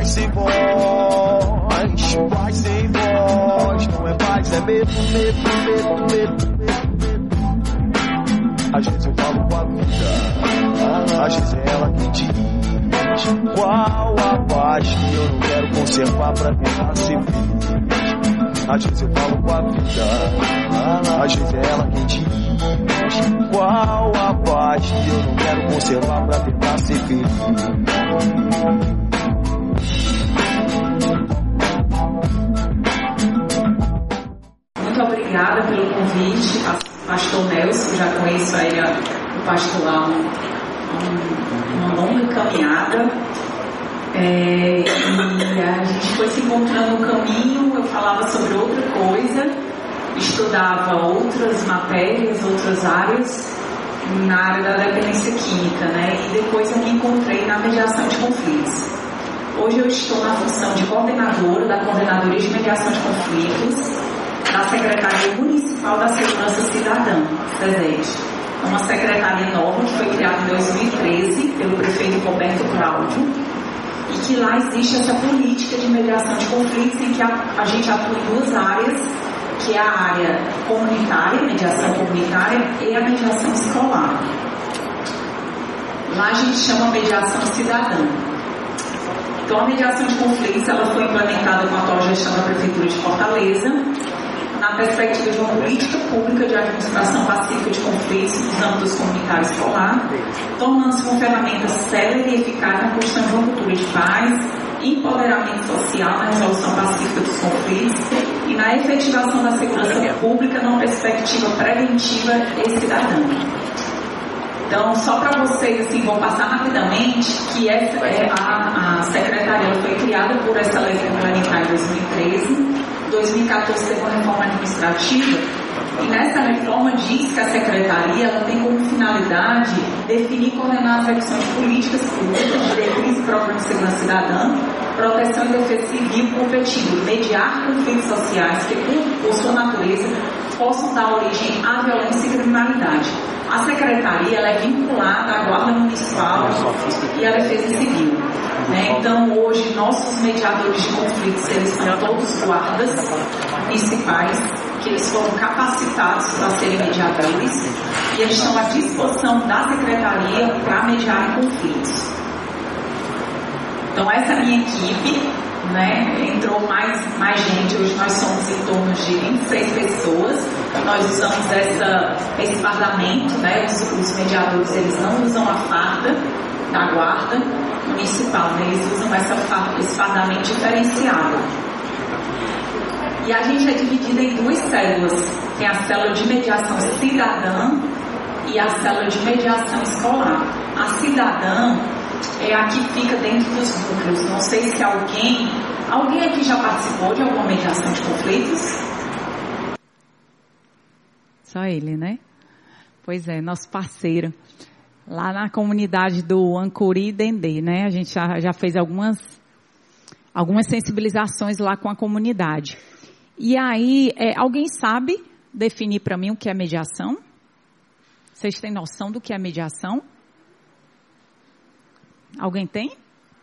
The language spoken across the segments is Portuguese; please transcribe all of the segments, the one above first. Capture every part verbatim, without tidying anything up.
paz sem voz, paz sem voz. Não é paz, é medo, medo, medo, medo, medo. Às vezes eu falo com a vida, às vezes é ela que diz qual a paz que eu não quero conservar pra tentar ser feliz. Às vezes eu falo com a vida, às vezes é ela que diz qual a paz que eu não quero conservar pra tentar ser feliz. Muito obrigada pelo convite, pastor Nelson, já conheço aí o pastor há um, um, uma longa caminhada, é, e a gente foi se encontrando no caminho. Eu falava sobre outra coisa, estudava outras matérias, outras áreas na área da dependência química, né? E depois eu me encontrei na mediação de conflitos. Hoje eu estou na função de coordenadora da Coordenadoria de Mediação de Conflitos da Secretaria Municipal da Segurança Cidadã, SESED. É uma secretaria nova que foi criada em dois mil e treze pelo prefeito Roberto Cláudio, e que lá existe essa política de mediação de conflitos em que a, a gente atua em duas áreas, que é a área comunitária, mediação comunitária, e a mediação escolar. Lá a gente chama mediação cidadã. Então a mediação de conflitos ela foi implementada com a atual gestão da Prefeitura de Fortaleza, na perspectiva de uma política pública de administração pacífica de conflitos nos âmbitos comunitário e escolar, tornando-se uma ferramenta célere e eficaz na construção de uma cultura de paz, empoderamento social na resolução pacífica dos conflitos e na efetivação da segurança pública numa perspectiva preventiva e cidadã. Então, só para vocês, assim, vou passar rapidamente que essa, é, a, a secretaria foi criada por essa lei complementar em dois mil e treze. Em dois mil e quatorze teve uma reforma administrativa, e nessa reforma diz que a secretaria ela tem como finalidade definir e coordenar as execuções de políticas públicas, diretrizes e programas de segurança cidadã, proteção e defesa civil, com o objetivo de mediar conflitos sociais que, por, por sua natureza, possam dar origem à violência e criminalidade. A secretaria ela é vinculada à Guarda Municipal e à Defesa Civil. Né? Então, hoje, nossos mediadores de conflitos, eles são todos guardas municipais, que eles foram capacitados para serem mediadores, e eles estão à disposição da secretaria para mediar conflitos. Então, essa é a minha equipe, né? Entrou mais, mais gente, hoje nós somos em torno de vinte e seis pessoas. Nós usamos essa, esse fardamento, né? Os, os mediadores, eles não usam a farda da guarda municipal, né? Eles usam essa, esse fardamento diferenciado. E a gente é dividida em duas células. Tem a célula de mediação cidadã e a célula de mediação escolar. A cidadã é a que fica dentro dos núcleos. Não sei se alguém... Alguém aqui já participou de alguma mediação de conflitos? Só ele, né? Pois é, nosso parceiro. Lá na comunidade do Ancuri Dendê, né? A gente já, já fez algumas, algumas sensibilizações lá com a comunidade. E aí, é, alguém sabe definir para mim o que é mediação? Vocês têm noção do que é mediação? Alguém tem?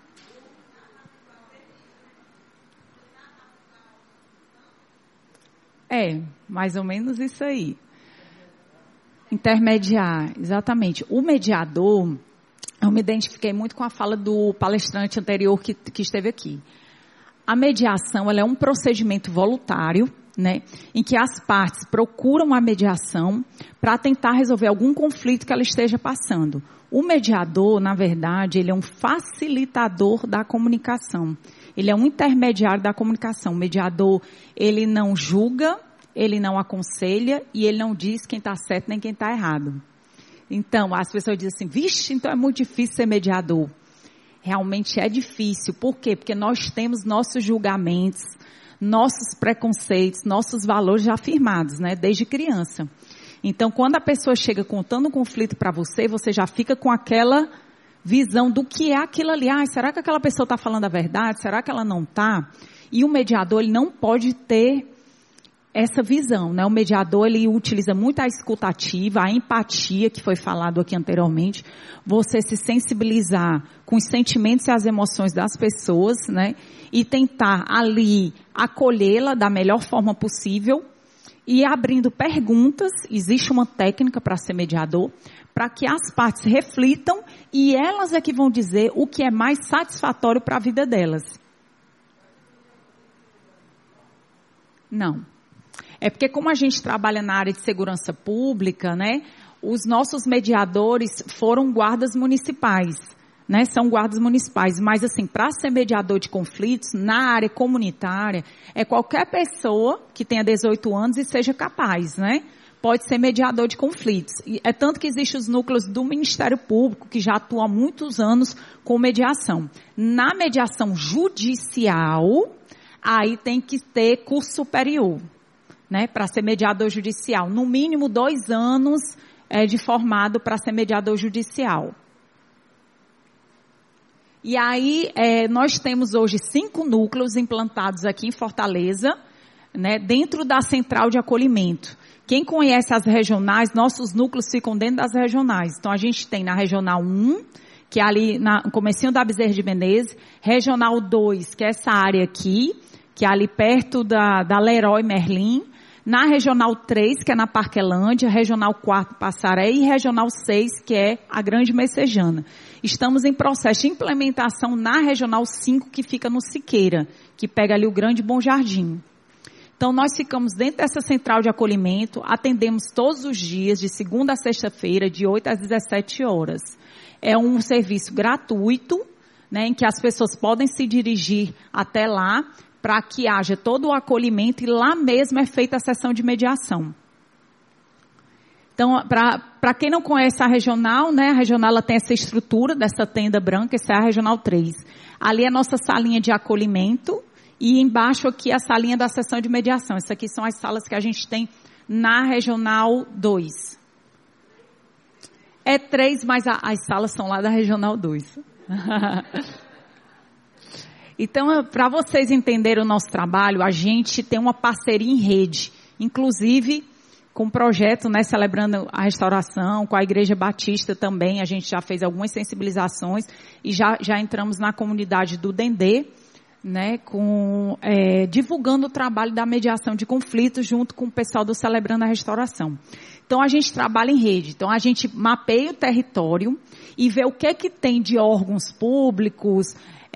É, mais ou menos isso aí. Intermediar, exatamente. O mediador, eu me identifiquei muito com a fala do palestrante anterior que, que esteve aqui. A mediação, ela é um procedimento voluntário, né, em que as partes procuram a mediação para tentar resolver algum conflito que ela esteja passando. O mediador, na verdade, ele é um facilitador da comunicação. Ele é um intermediário da comunicação. O mediador, ele não julga, ele não aconselha e ele não diz quem está certo nem quem está errado. Então, as pessoas dizem assim, vixe, então é muito difícil ser mediador. Realmente é difícil. Por quê? Porque nós temos nossos julgamentos, nossos preconceitos, nossos valores já afirmados, né, desde criança. Então, quando a pessoa chega contando um conflito para você, você já fica com aquela visão do que é aquilo ali. Ah, será que aquela pessoa está falando a verdade? Será que ela não está? E o mediador, ele não pode ter essa visão, né? O mediador, ele utiliza muito a escutativa, a empatia, que foi falado aqui anteriormente, você se sensibilizar com os sentimentos e as emoções das pessoas, né? E tentar ali acolhê-la da melhor forma possível e abrindo perguntas, existe uma técnica para ser mediador, para que as partes reflitam e elas é que vão dizer o que é mais satisfatório para a vida delas. Não. É porque como a gente trabalha na área de segurança pública, né, os nossos mediadores foram guardas municipais, né, são guardas municipais, mas assim, para ser mediador de conflitos, na área comunitária, é qualquer pessoa que tenha dezoito anos e seja capaz, né, pode ser mediador de conflitos. E é tanto que existem os núcleos do Ministério Público, que já atuam há muitos anos com mediação. Na mediação judicial, aí tem que ter curso superior, né, para ser mediador judicial. No mínimo dois anos é, de formado para ser mediador judicial. E aí, é, nós temos hoje cinco núcleos implantados aqui em Fortaleza, né, dentro da central de acolhimento. Quem conhece as regionais, nossos núcleos ficam dentro das regionais. Então, a gente tem na Regional um, que é ali na, no comecinho da Bezerra de Menezes, Regional dois, que é essa área aqui, que é ali perto da, da Leroy Merlin, na Regional três, que é na Parquelândia, Regional quatro, Passaré, e Regional seis, que é a Grande Messejana. Estamos em processo de implementação na Regional cinco, que fica no Siqueira, que pega ali o Grande Bom Jardim. Então, nós ficamos dentro dessa central de acolhimento, atendemos todos os dias, de segunda a sexta-feira, de oito às dezessete horas. É um serviço gratuito, né, em que as pessoas podem se dirigir até lá, para que haja todo o acolhimento e lá mesmo é feita a sessão de mediação. Então, para quem não conhece a regional, né, a regional ela tem essa estrutura dessa tenda branca, essa é a Regional três. Ali é a nossa salinha de acolhimento e embaixo aqui a salinha da sessão de mediação. Essas aqui são as salas que a gente tem na Regional dois. É três, mas a, as salas são lá da Regional dois. Então, para vocês entenderem o nosso trabalho, a gente tem uma parceria em rede, inclusive com um projeto, né, celebrando a restauração, com a Igreja Batista também, a gente já fez algumas sensibilizações e já, já entramos na comunidade do Dendê, né, com, é, divulgando o trabalho da mediação de conflitos junto com o pessoal do Celebrando a Restauração. Então, a gente trabalha em rede. Então, a gente mapeia o território e vê o que é que tem de órgãos públicos,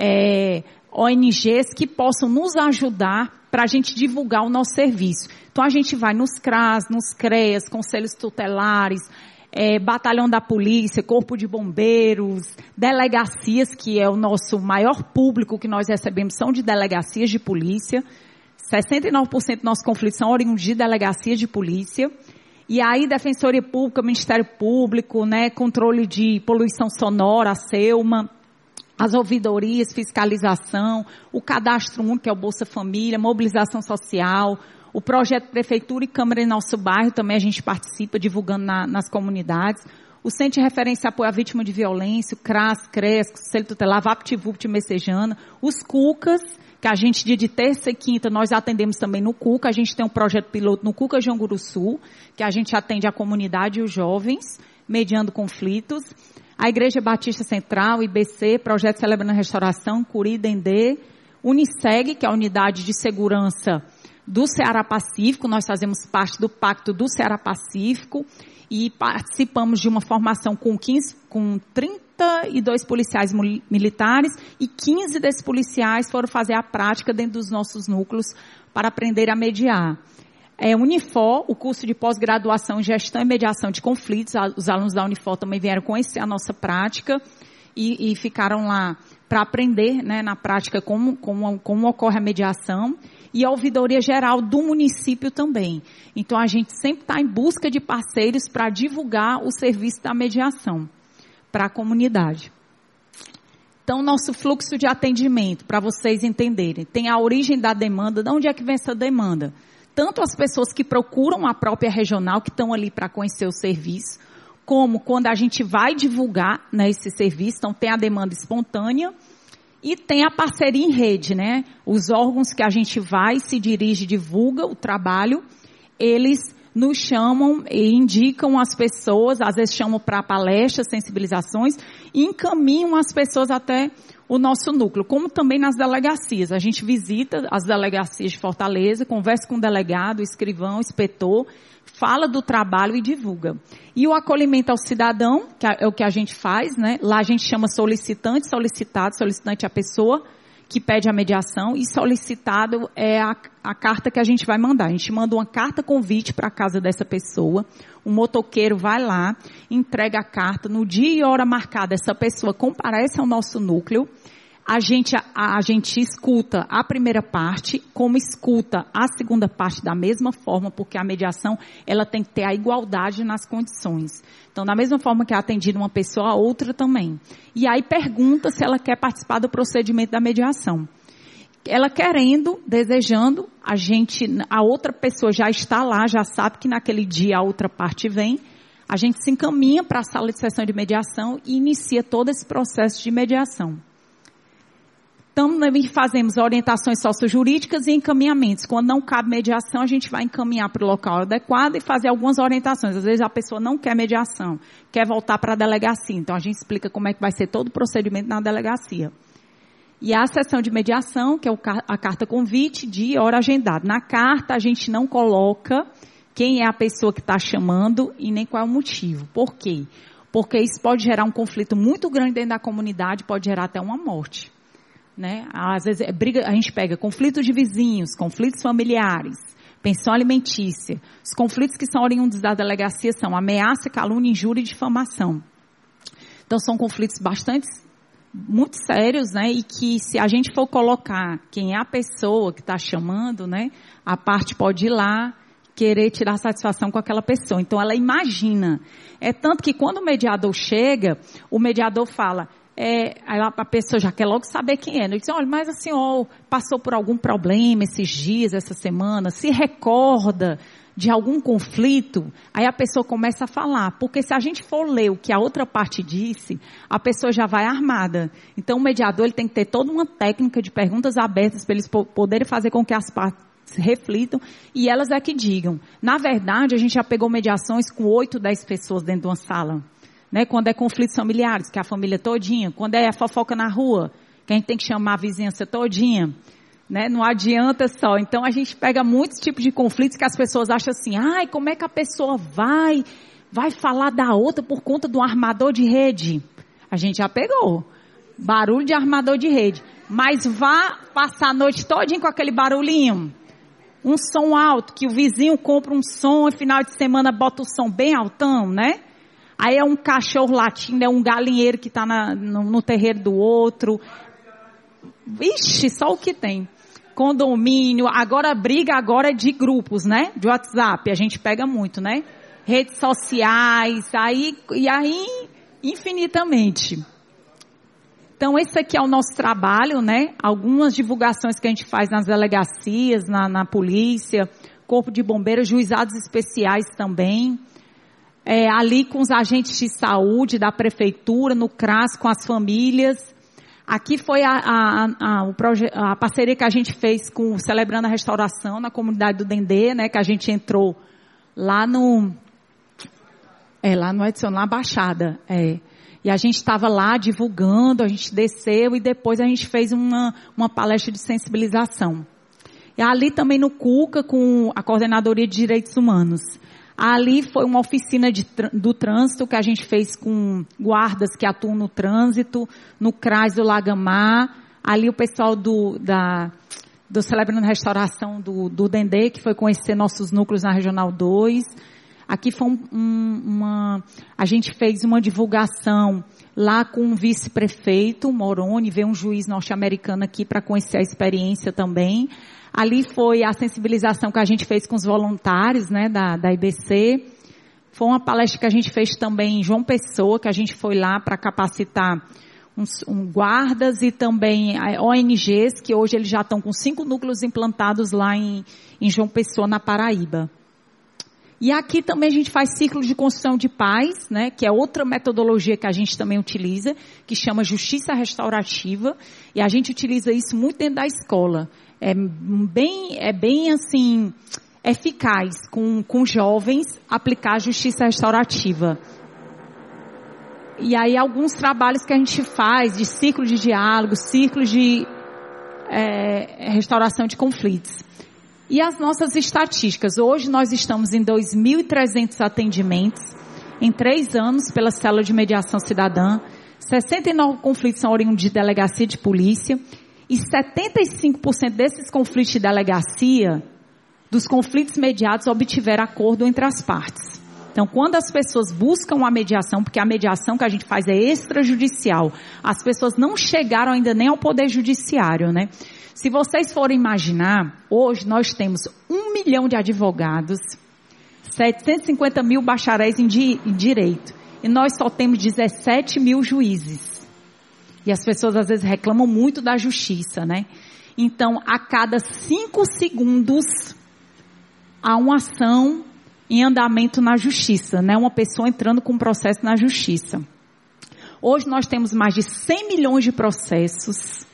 é, O N Gs que possam nos ajudar para a gente divulgar o nosso serviço. Então, a gente vai nos C R A S, nos C R E A S, conselhos tutelares, é, batalhão da polícia, corpo de bombeiros, delegacias, que é o nosso maior público que nós recebemos, são de delegacias de polícia. sessenta e nove por cento dos nossos conflitos são oriundos de delegacias de polícia. E aí, Defensoria Pública, Ministério Público, né, controle de poluição sonora, a SEUMA, as ouvidorias, fiscalização, o cadastro único, que é o Bolsa Família, mobilização social, o projeto Prefeitura e Câmara em nosso bairro, também a gente participa, divulgando na, nas comunidades, o Centro de Referência e Apoio à Vítima de Violência, o C R A S, C R E A S, Conselho Tutelar, VaptVupt Messejana, os CUCAS, que a gente, dia de terça e quinta, nós atendemos também no CUCA, a gente tem um projeto piloto no CUCA Janguruçu, que a gente atende a comunidade e os jovens, mediando conflitos. A Igreja Batista Central, I B C, Projeto Celebrando a Restauração, Curi, Dendê, Uniseg, que é a Unidade de Segurança do Ceará Pacífico, nós fazemos parte do Pacto do Ceará Pacífico e participamos de uma formação com, quinze, com trinta e dois policiais militares e quinze desses policiais foram fazer a prática dentro dos nossos núcleos para aprender a mediar. É, Unifor, o curso de pós-graduação em gestão e mediação de conflitos, os alunos da Unifor também vieram conhecer a nossa prática e, e ficaram lá para aprender, né, na prática como, como, como ocorre a mediação e a ouvidoria geral do município também. Então, a gente sempre está em busca de parceiros para divulgar o serviço da mediação para a comunidade. Então, nosso fluxo de atendimento, para vocês entenderem, tem a origem da demanda, de onde é que vem essa demanda? Tanto as pessoas que procuram a própria regional, que estão ali para conhecer o serviço, como quando a gente vai divulgar, né, esse serviço. Então, tem a demanda espontânea E tem a parceria em rede, né? Os órgãos que a gente vai, se dirige, divulga o trabalho, eles nos chamam e indicam as pessoas, às vezes chamam para palestras, sensibilizações, e encaminham as pessoas até o nosso núcleo, como também nas delegacias. A gente visita as delegacias de Fortaleza, conversa com o delegado, escrivão, inspetor, fala do trabalho e divulga. E o acolhimento ao cidadão, que é o que a gente faz, né? Lá a gente chama solicitante, solicitado, solicitante é a pessoa que pede a mediação, e solicitado é a, a carta que a gente vai mandar. A gente manda uma carta convite para a casa dessa pessoa, o motoqueiro vai lá, entrega a carta, no dia e hora marcada essa pessoa comparece ao nosso núcleo, a gente, a, a gente escuta a primeira parte, como escuta a segunda parte da mesma forma, porque a mediação ela tem que ter a igualdade nas condições. Então, da mesma forma que é atendida uma pessoa, a outra também. E aí pergunta se ela quer participar do procedimento da mediação. Ela querendo, desejando, a gente, a outra pessoa já está lá, já sabe que naquele dia a outra parte vem, a gente se encaminha para a sala de sessão de mediação e inicia todo esse processo de mediação. Também fazemos orientações sociojurídicas e encaminhamentos. Quando não cabe mediação, a gente vai encaminhar para o local adequado e fazer algumas orientações. Às vezes a pessoa não quer mediação, quer voltar para a delegacia. Então a gente explica como é que vai ser todo o procedimento na delegacia. E a sessão de mediação, que é a carta convite, dia e hora agendada. Na carta a gente não coloca quem é a pessoa que está chamando e nem qual é o motivo. Por quê? Porque isso pode gerar um conflito muito grande dentro da comunidade, pode gerar até uma morte. Né? Às vezes briga, a gente pega conflitos de vizinhos, conflitos familiares, pensão alimentícia. Os conflitos que são oriundos da delegacia são ameaça, calúnia, injúria e difamação. Então são conflitos bastante, muito sérios, né? E que se a gente for colocar quem é a pessoa que está chamando, né? A parte pode ir lá querer tirar satisfação com aquela pessoa. Então ela imagina. É tanto que quando o mediador chega, o mediador fala... É, aí a pessoa já quer logo saber quem é. Ele diz, olha, mas a senhora passou por algum problema esses dias, essa semana, se recorda de algum conflito? Aí a pessoa começa a falar, porque se a gente for ler o que a outra parte disse, a pessoa já vai armada. Então o mediador ele tem que ter toda uma técnica de perguntas abertas para eles poderem fazer com que as partes reflitam e elas é que digam. Na verdade, a gente já pegou mediações com oito, dez pessoas dentro de uma sala. Né, quando é conflitos familiares, que é a família todinha, quando é a fofoca na rua, que a gente tem que chamar a vizinhança todinha, né, não adianta só. Então a gente pega muitos tipos de conflitos que as pessoas acham assim, ai, como é que a pessoa vai, vai falar da outra por conta do armador de rede? A gente já pegou, barulho de armador de rede, mas vá passar a noite todinha com aquele barulhinho, um som alto, que o vizinho compra um som e final de semana bota o som bem altão, né? Aí é um cachorro latindo, é um galinheiro que está no, no terreiro do outro. Vixe, só o que tem. Condomínio, agora briga agora é de grupos, né? De WhatsApp, a gente pega muito, né? Redes sociais, aí, e aí infinitamente. Então esse aqui é o nosso trabalho, né? Algumas divulgações que a gente faz nas delegacias, na, na polícia, corpo de bombeiros, juizados especiais também. É, ali com os agentes de saúde da prefeitura, no CRAS, com as famílias. Aqui foi a, a, a, o proje- a parceria que a gente fez com o Celebrando a Restauração, na comunidade do Dendê, né, que a gente entrou lá no, é, lá no Edson, na Baixada, é. E a gente estava lá divulgando, a gente desceu e depois a gente fez uma, uma palestra de sensibilização. E ali também no CUCA, com a Coordenadoria de Direitos Humanos. Ali foi uma oficina de, do trânsito que a gente fez com guardas que atuam no trânsito, no CRAS do Lagamar, ali o pessoal do, da, do Celebrando a Restauração do, do Dendê, que foi conhecer nossos núcleos na Regional dois. Aqui foi um, um, uma, a gente fez uma divulgação lá com o vice-prefeito Moroni, veio um juiz norte-americano aqui para conhecer a experiência também. Ali foi a sensibilização que a gente fez com os voluntários, né, da, da I B C. Foi uma palestra que a gente fez também em João Pessoa, que a gente foi lá para capacitar uns, um guardas e também O N Gs, que hoje eles já estão com cinco núcleos implantados lá em, em João Pessoa, na Paraíba. E aqui também a gente faz ciclo de construção de paz, né, que é outra metodologia que a gente também utiliza, que chama justiça restaurativa, e a gente utiliza isso muito dentro da escola. É bem, é bem assim, eficaz com, com jovens aplicar a justiça restaurativa. E aí alguns trabalhos que a gente faz de ciclo de diálogo, ciclo de é, restauração de conflitos. E as nossas estatísticas. Hoje nós estamos em dois mil e trezentos atendimentos, em três anos pela Célula de Mediação Cidadã. sessenta e nove conflitos são oriundos de delegacia de polícia. E setenta e cinco por cento desses conflitos de delegacia, dos conflitos mediados, obtiveram acordo entre as partes. Então, quando as pessoas buscam a mediação, porque a mediação que a gente faz é extrajudicial, as pessoas não chegaram ainda nem ao poder judiciário, né? Se vocês forem imaginar, hoje nós temos um milhão de advogados, setecentos e cinquenta mil bacharéis em, di- em direito, e nós só temos dezessete mil juízes. E as pessoas às vezes reclamam muito da justiça, né? Então, a cada cinco segundos, há uma ação em andamento na justiça, né? Uma pessoa entrando com um processo na justiça. Hoje nós temos mais de cem milhões de processos,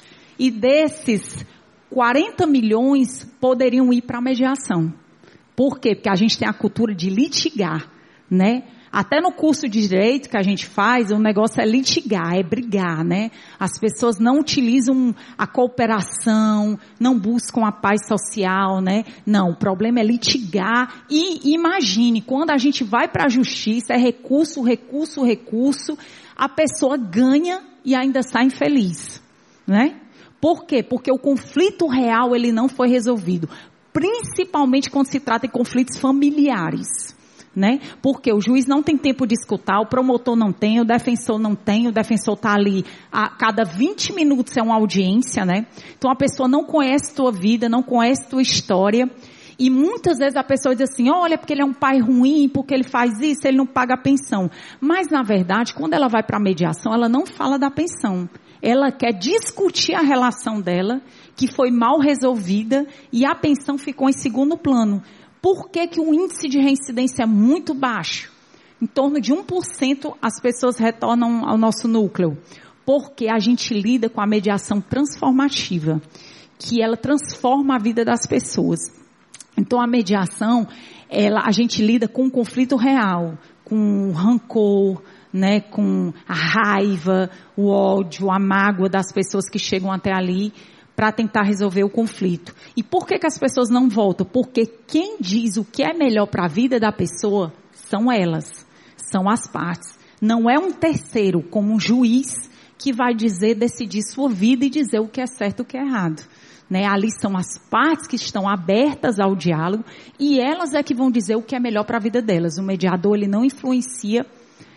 e desses, quarenta milhões poderiam ir para a mediação. Por quê? Porque a gente tem a cultura de litigar, né? Até no curso de direito que a gente faz, o negócio é litigar, é brigar, né? As pessoas não utilizam a cooperação, não buscam a paz social, né? Não, o problema é litigar. E imagine, quando a gente vai para a justiça, é recurso, recurso, recurso, a pessoa ganha e ainda sai infeliz, né? Por quê? Porque o conflito real, ele não foi resolvido. Principalmente quando se trata de conflitos familiares, né? Porque o juiz não tem tempo de escutar, o promotor não tem, o defensor não tem, o defensor está ali a cada vinte minutos é uma audiência, né? Então a pessoa não conhece tua vida, não conhece tua história, e muitas vezes a pessoa diz assim, olha, porque ele é um pai ruim, porque ele faz isso, ele não paga a pensão. Mas na verdade, quando ela vai para a mediação, ela não fala da pensão. Ela quer discutir a relação dela, que foi mal resolvida, e a pensão ficou em segundo plano. Por que que o índice de reincidência é muito baixo? Em torno de um por cento as pessoas retornam ao nosso núcleo. Porque a gente lida com a mediação transformativa, que ela transforma a vida das pessoas. Então a mediação, ela, a gente lida com um conflito real, com rancor, né, com a raiva, o ódio, a mágoa das pessoas que chegam até ali para tentar resolver o conflito. E por que que as pessoas não voltam? Porque quem diz o que é melhor para a vida da pessoa são elas, são as partes. Não é um terceiro, como um juiz, que vai dizer, decidir sua vida e dizer o que é certo e o que é errado. Né? Ali são as partes que estão abertas ao diálogo e elas é que vão dizer o que é melhor para a vida delas. O mediador, ele não influencia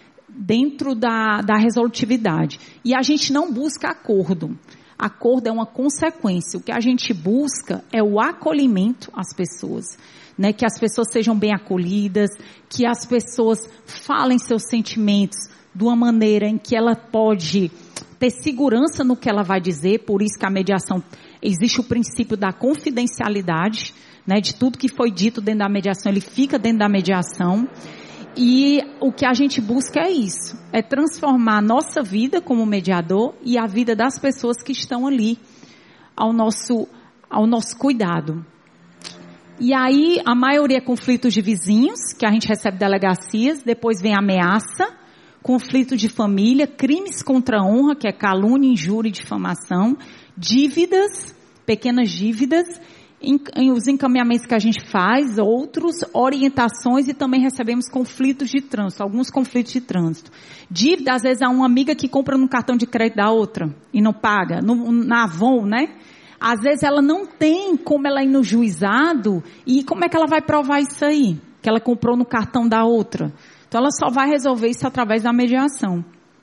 dentro da, da resolutividade. E a gente não busca acordo. Acordo é uma consequência. O que a gente busca é o acolhimento às pessoas. Né? Que as pessoas sejam bem acolhidas, que as pessoas falem seus sentimentos de uma maneira em que ela pode ter segurança no que ela vai dizer. Por isso que a mediação, existe o princípio da confidencialidade, né? De tudo que foi dito dentro da mediação, ele fica dentro da mediação. E o que a gente busca é isso, é transformar a nossa vida como mediador e a vida das pessoas que estão ali ao nosso, ao nosso cuidado. E aí, a maioria é conflitos de vizinhos, que a gente recebe delegacias, depois vem ameaça, conflito de família, crimes contra a honra, que é calúnia, injúria e difamação, dívidas, pequenas dívidas, Em, em os encaminhamentos que a gente faz, outros, orientações e também recebemos conflitos de trânsito, alguns conflitos de trânsito. Dívida, às vezes, há uma amiga que compra no cartão de crédito da outra e não paga, no, na Avon, né? Às vezes ela não tem como ela ir no juizado e como é que ela vai provar isso aí? Que ela comprou no cartão da outra. Então ela só vai resolver isso através da mediação.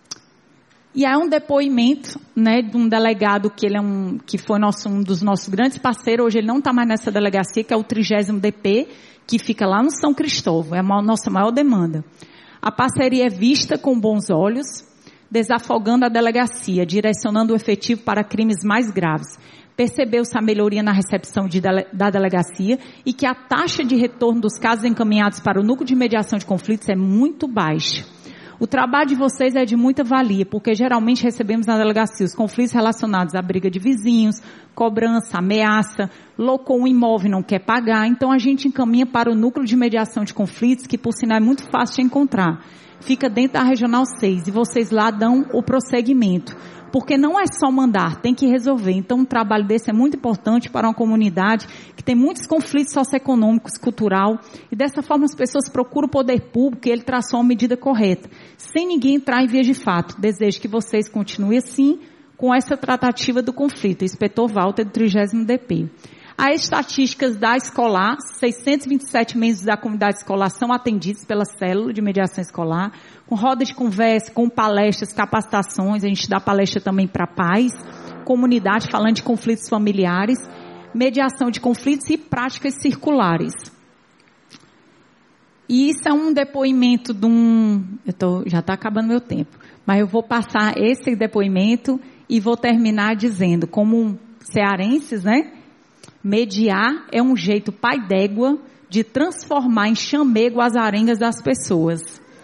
E há um depoimento, né, de um delegado que, ele é um, que foi nosso, um dos nossos grandes parceiros, hoje ele não está mais nessa delegacia, que é o trigésimo D P, que fica lá no São Cristóvão, é a nossa maior demanda. A parceria é vista com bons olhos, desafogando a delegacia, direcionando o efetivo para crimes mais graves, percebeu-se a melhoria na recepção de dele, da delegacia e que a taxa de retorno dos casos encaminhados para o núcleo de mediação de conflitos é muito baixa. O trabalho de vocês é de muita valia, porque geralmente recebemos na delegacia os conflitos relacionados à briga de vizinhos, cobrança, ameaça, locou um imóvel e não quer pagar. Então a gente encaminha para o núcleo de mediação de conflitos, que por sinal é muito fácil de encontrar. Fica dentro da Regional seis e vocês lá dão o prosseguimento. Porque não é só mandar, tem que resolver. Então um trabalho desse é muito importante para uma comunidade que tem muitos conflitos socioeconômicos, cultural, e dessa forma as pessoas procuram o poder público e ele traçou a medida correta, sem ninguém entrar em vias de fato. Desejo que vocês continuem assim, com essa tratativa do conflito. Inspetor Walter, do trigésimo D P. As estatísticas da escolar, seiscentos e vinte e sete membros da comunidade escolar são atendidos pela célula de mediação escolar, com roda de conversa, com palestras, capacitações, a gente dá palestra também para pais, comunidade falando de conflitos familiares, mediação de conflitos e práticas circulares. E isso é um depoimento de um... Eu tô, já está acabando meu tempo, mas eu vou passar esse depoimento e vou terminar dizendo, como cearenses, né? Mediar é um jeito pai d'égua de transformar em chamego as arengas das pessoas.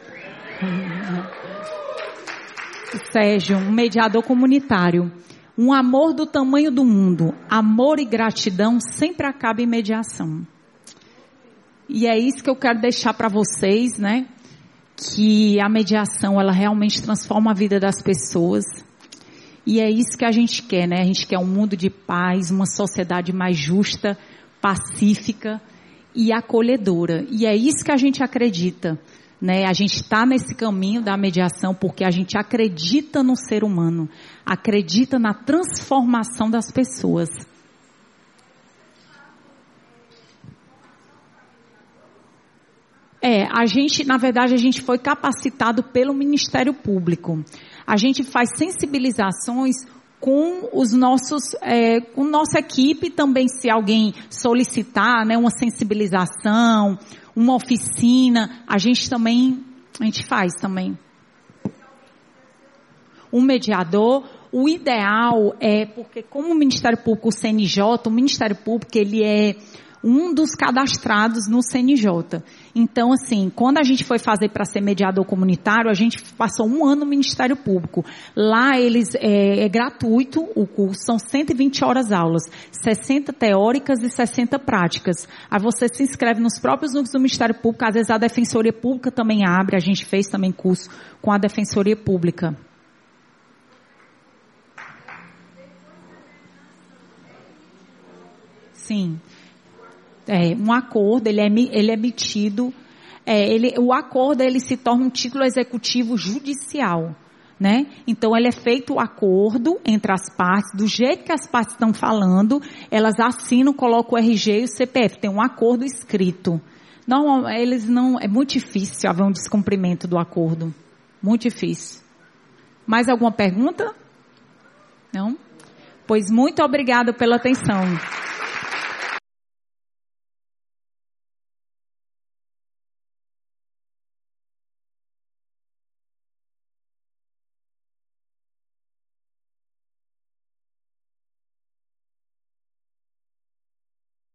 Sérgio, um mediador comunitário. Um amor do tamanho do mundo. Amor e gratidão sempre acabam em mediação. E é isso que eu quero deixar para vocês, né? Que a mediação, ela realmente transforma a vida das pessoas. E é isso que a gente quer, né? A gente quer um mundo de paz, uma sociedade mais justa, pacífica e acolhedora. E é isso que a gente acredita, né? A gente está nesse caminho da mediação porque a gente acredita no ser humano, acredita na transformação das pessoas. É, a gente, na verdade, a gente foi capacitado pelo Ministério Público. A gente faz sensibilizações com os nossos, é, com nossa equipe também, se alguém solicitar, né, uma sensibilização, uma oficina, a gente também, a gente faz também. Um mediador, o ideal é, porque como o Ministério Público, o C N J, o Ministério Público, ele é um dos cadastrados no C N J. Então, assim, quando a gente foi fazer para ser mediador comunitário, a gente passou um ano no Ministério Público. Lá eles, é, é gratuito o curso, são cento e vinte horas aulas, sessenta teóricas e sessenta práticas. Aí você se inscreve nos próprios núcleos do Ministério Público, às vezes a Defensoria Pública também abre, a gente fez também curso com a Defensoria Pública. Sim. É, um acordo, ele é, ele é emitido, é, ele, o acordo ele se torna um título executivo judicial, né? Então ele é feito o acordo entre as partes, do jeito que as partes estão falando, elas assinam, colocam o R G e o C P F, tem um acordo escrito. Não, eles não, é muito difícil haver um descumprimento do acordo, muito difícil. Mais alguma pergunta? Não? Pois muito obrigada pela atenção.